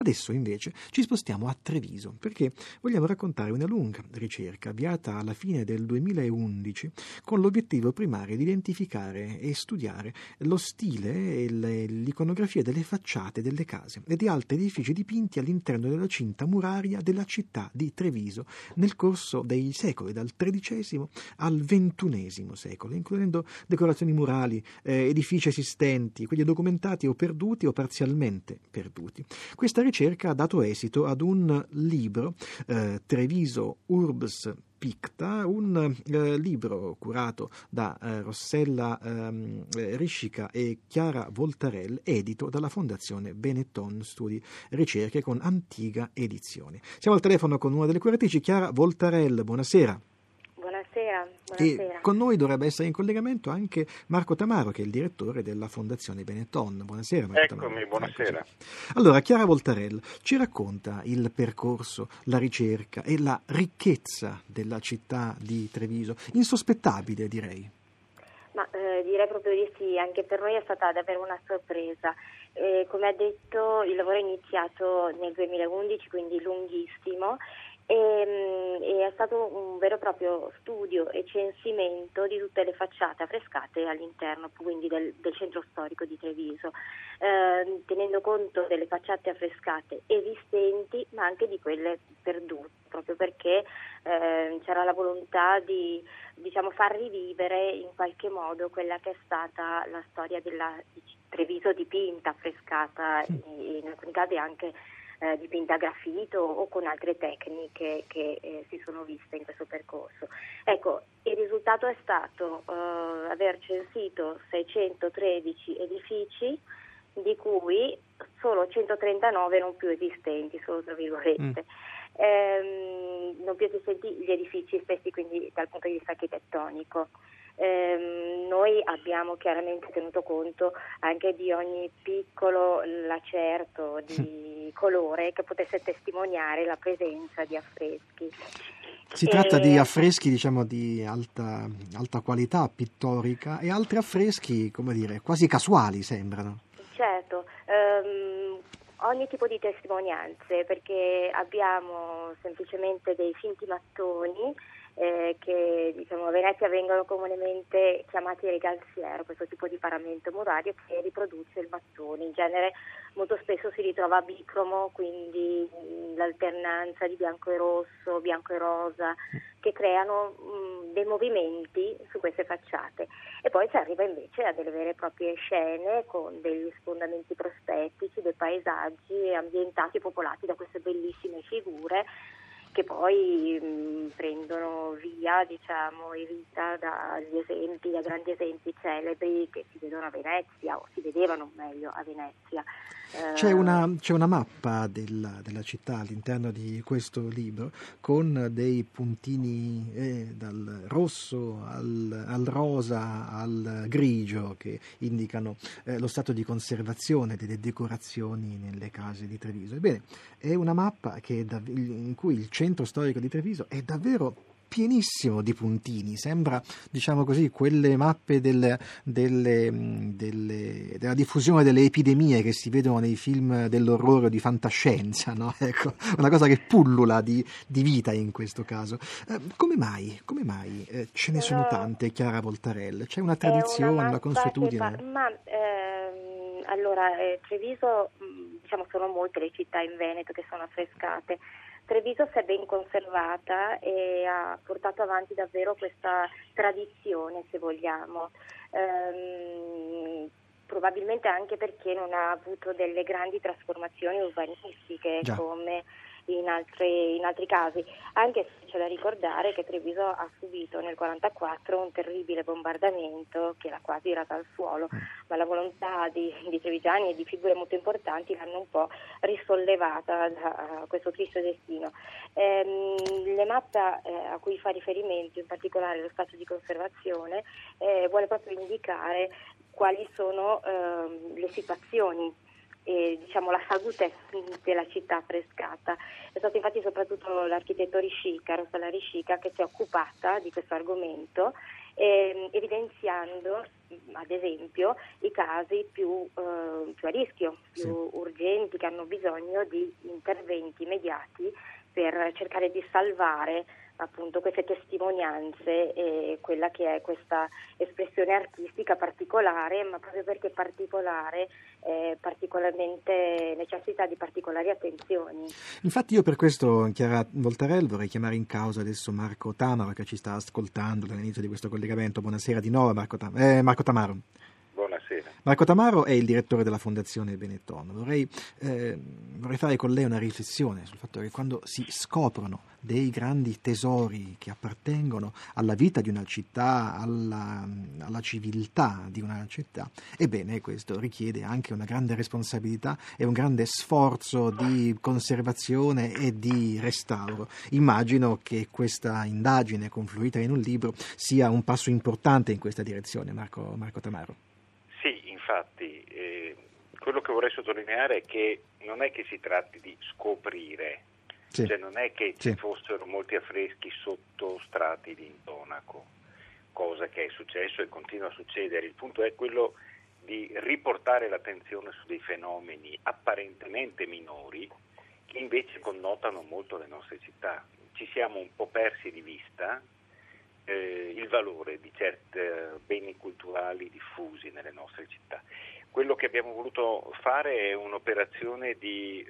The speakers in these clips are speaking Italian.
Adesso invece ci spostiamo a Treviso perché vogliamo raccontare una lunga ricerca avviata alla fine del 2011 con l'obiettivo primario di identificare e studiare lo stile e l'iconografia delle facciate delle case e di altri edifici dipinti all'interno della cinta muraria della città di Treviso nel corso dei secoli, dal XIII al XXI secolo, includendo decorazioni murali, edifici esistenti, quelli documentati o perduti o parzialmente perduti. Questa ricerca ha dato esito ad un libro, Treviso Urbs Picta, un libro curato da Rossella Riscica e Chiara Voltarell, edito dalla Fondazione Benetton Studi Ricerche con Antiga Edizioni. Siamo al telefono con una delle curatrici, Chiara Voltarell. Buonasera. Buonasera. E con noi dovrebbe essere in collegamento anche Marco Tamaro, che è il direttore della Fondazione Benetton. Buonasera Marco Tamaro. Eccomi, buonasera. Eccoci. Allora, Chiara Voltarell ci racconta il percorso, la ricerca e la ricchezza della città di Treviso, insospettabile direi. Ma direi proprio di sì, anche per noi è stata davvero una sorpresa. Come ha detto, il lavoro è iniziato nel 2011, quindi lunghissimo, e è stato un vero e proprio studio e censimento di tutte le facciate affrescate all'interno quindi del centro storico di Treviso, tenendo conto delle facciate affrescate esistenti ma anche di quelle perdute, proprio perché c'era la volontà di far rivivere in qualche modo quella che è stata la storia di Treviso dipinta, affrescata, in alcuni casi anche dipinta a grafito o con altre tecniche che si sono viste in questo percorso. Ecco, il risultato è stato aver censito 613 edifici, di cui solo 139 non più esistenti, solo tra virgolette. Non più esistenti gli edifici stessi, quindi dal punto di vista architettonico. Noi abbiamo chiaramente tenuto conto anche di ogni piccolo lacerto di colore che potesse testimoniare la presenza di affreschi. Si tratta di affreschi, diciamo, di alta qualità pittorica e altri affreschi, come dire, quasi casuali sembrano. Certo, ogni tipo di testimonianze, perché abbiamo semplicemente dei finti mattoni che a Venezia vengono comunemente chiamati regalziero, questo tipo di paramento murario che riproduce il mattone. In genere molto spesso si ritrova bicromo, quindi l'alternanza di bianco e rosso, bianco e rosa, che creano dei movimenti su queste facciate. E poi si arriva invece a delle vere e proprie scene con degli sfondamenti prospettici, dei paesaggi ambientati e popolati da queste bellissime figure che poi prendono via, e vita da grandi esempi celebri che si vedono a Venezia, o si vedevano meglio a Venezia. C'è una mappa della città all'interno di questo libro con dei puntini dal rosso al rosa al grigio che indicano lo stato di conservazione delle decorazioni nelle case di Treviso. Ebbene, è una mappa in cui il centro storico di Treviso è davvero pienissimo di puntini, sembra, diciamo così, quelle mappe della diffusione delle epidemie che si vedono nei film dell'orrore o di fantascienza, no? Ecco, una cosa che pullula di vita in questo caso. Come mai ce ne sono tante, Chiara Voltarell? C'è una tradizione, una consuetudine? Treviso, sono molte le città in Veneto che sono affrescate. Treviso si è ben conservata e ha portato avanti davvero questa tradizione, se vogliamo, probabilmente anche perché non ha avuto delle grandi trasformazioni urbanistiche. Già. Come in altri casi, anche se c'è da ricordare che Treviso ha subito nel 1944 un terribile bombardamento che l'ha quasi rasa al suolo, ma la volontà di trevigiani e di figure molto importanti l'hanno un po' risollevata da questo triste destino. Le mappe a cui fa riferimento, in particolare lo stato di conservazione, vuole proprio indicare quali sono le situazioni la salute della città affrescata. È stato infatti soprattutto l'architetto Riscica, Rossella Riscica, che si è occupata di questo argomento evidenziando ad esempio i casi più a rischio, più urgenti, che hanno bisogno di interventi immediati per cercare di salvare appunto queste testimonianze e quella che è questa espressione artistica particolare, ma proprio perché particolare, particolarmente necessita di particolari attenzioni. Infatti io per questo, Chiara Voltarel, vorrei chiamare in causa adesso Marco Tamaro, che ci sta ascoltando dall'inizio di questo collegamento. Buonasera di nuovo Marco Tamaro. Buonasera. Marco Tamaro è il direttore della Fondazione Benetton. Vorrei fare con lei una riflessione sul fatto che quando si scoprono dei grandi tesori che appartengono alla vita di una città, alla civiltà di una città, ebbene questo richiede anche una grande responsabilità e un grande sforzo di conservazione e di restauro. Immagino che questa indagine confluita in un libro sia un passo importante in questa direzione, Marco Tamaro. Infatti, quello che vorrei sottolineare è che non è che si tratti di scoprire, cioè non è che ci fossero molti affreschi sotto strati di intonaco, cosa che è successo e continua a succedere. Il punto è quello di riportare l'attenzione su dei fenomeni apparentemente minori che invece connotano molto le nostre città. Ci siamo un po' persi di vista il valore di certi beni culturali diffusi nelle nostre città. Quello che abbiamo voluto fare è un'operazione di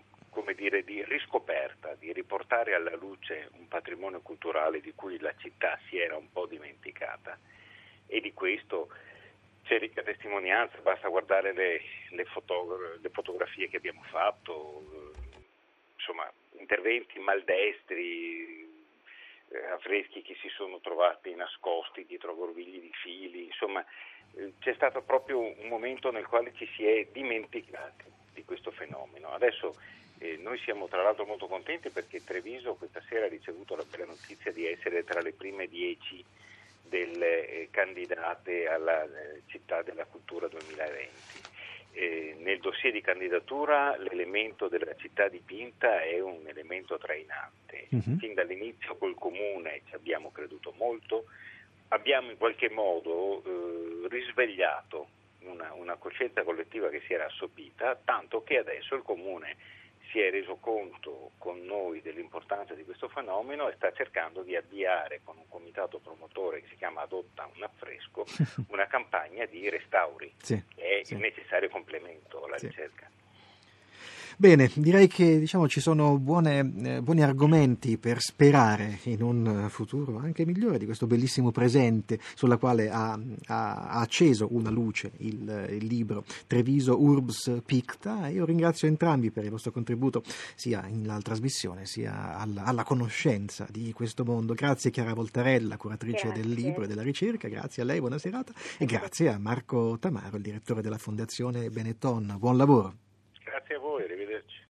riscoperta, di riportare alla luce un patrimonio culturale di cui la città si era un po' dimenticata, e di questo c'è ricca testimonianza, basta guardare le fotografie che abbiamo fatto, insomma interventi maldestri, affreschi che si sono trovati nascosti dietro groviglio di fili, insomma c'è stato proprio un momento nel quale ci si è dimenticati di questo fenomeno. Adesso noi siamo tra l'altro molto contenti perché Treviso questa sera ha ricevuto la bella notizia di essere tra le prime 10 delle candidate alla città della cultura 2020. Nel dossier di candidatura l'elemento della città dipinta è un elemento trainante. Fin dall'inizio col Comune ci abbiamo creduto molto, abbiamo in qualche modo risvegliato una coscienza collettiva che si era assopita, tanto che adesso il Comune si è reso conto con noi dell'importanza di questo fenomeno e sta cercando di avviare con un comitato promotore che si chiama Adotta un affresco una campagna di restauri, che è il necessario complemento alla ricerca. Bene, direi che ci sono buoni argomenti per sperare in un futuro anche migliore di questo bellissimo presente sulla quale ha acceso una luce il libro Treviso Urbs Picta. Io ringrazio entrambi per il vostro contributo sia nella trasmissione sia alla conoscenza di questo mondo. Grazie Chiara Voltarella, curatrice del libro e della ricerca, grazie a lei, buona serata, e grazie a Marco Tamaro, il direttore della Fondazione Benetton. Buon lavoro. Grazie a voi, arrivederci.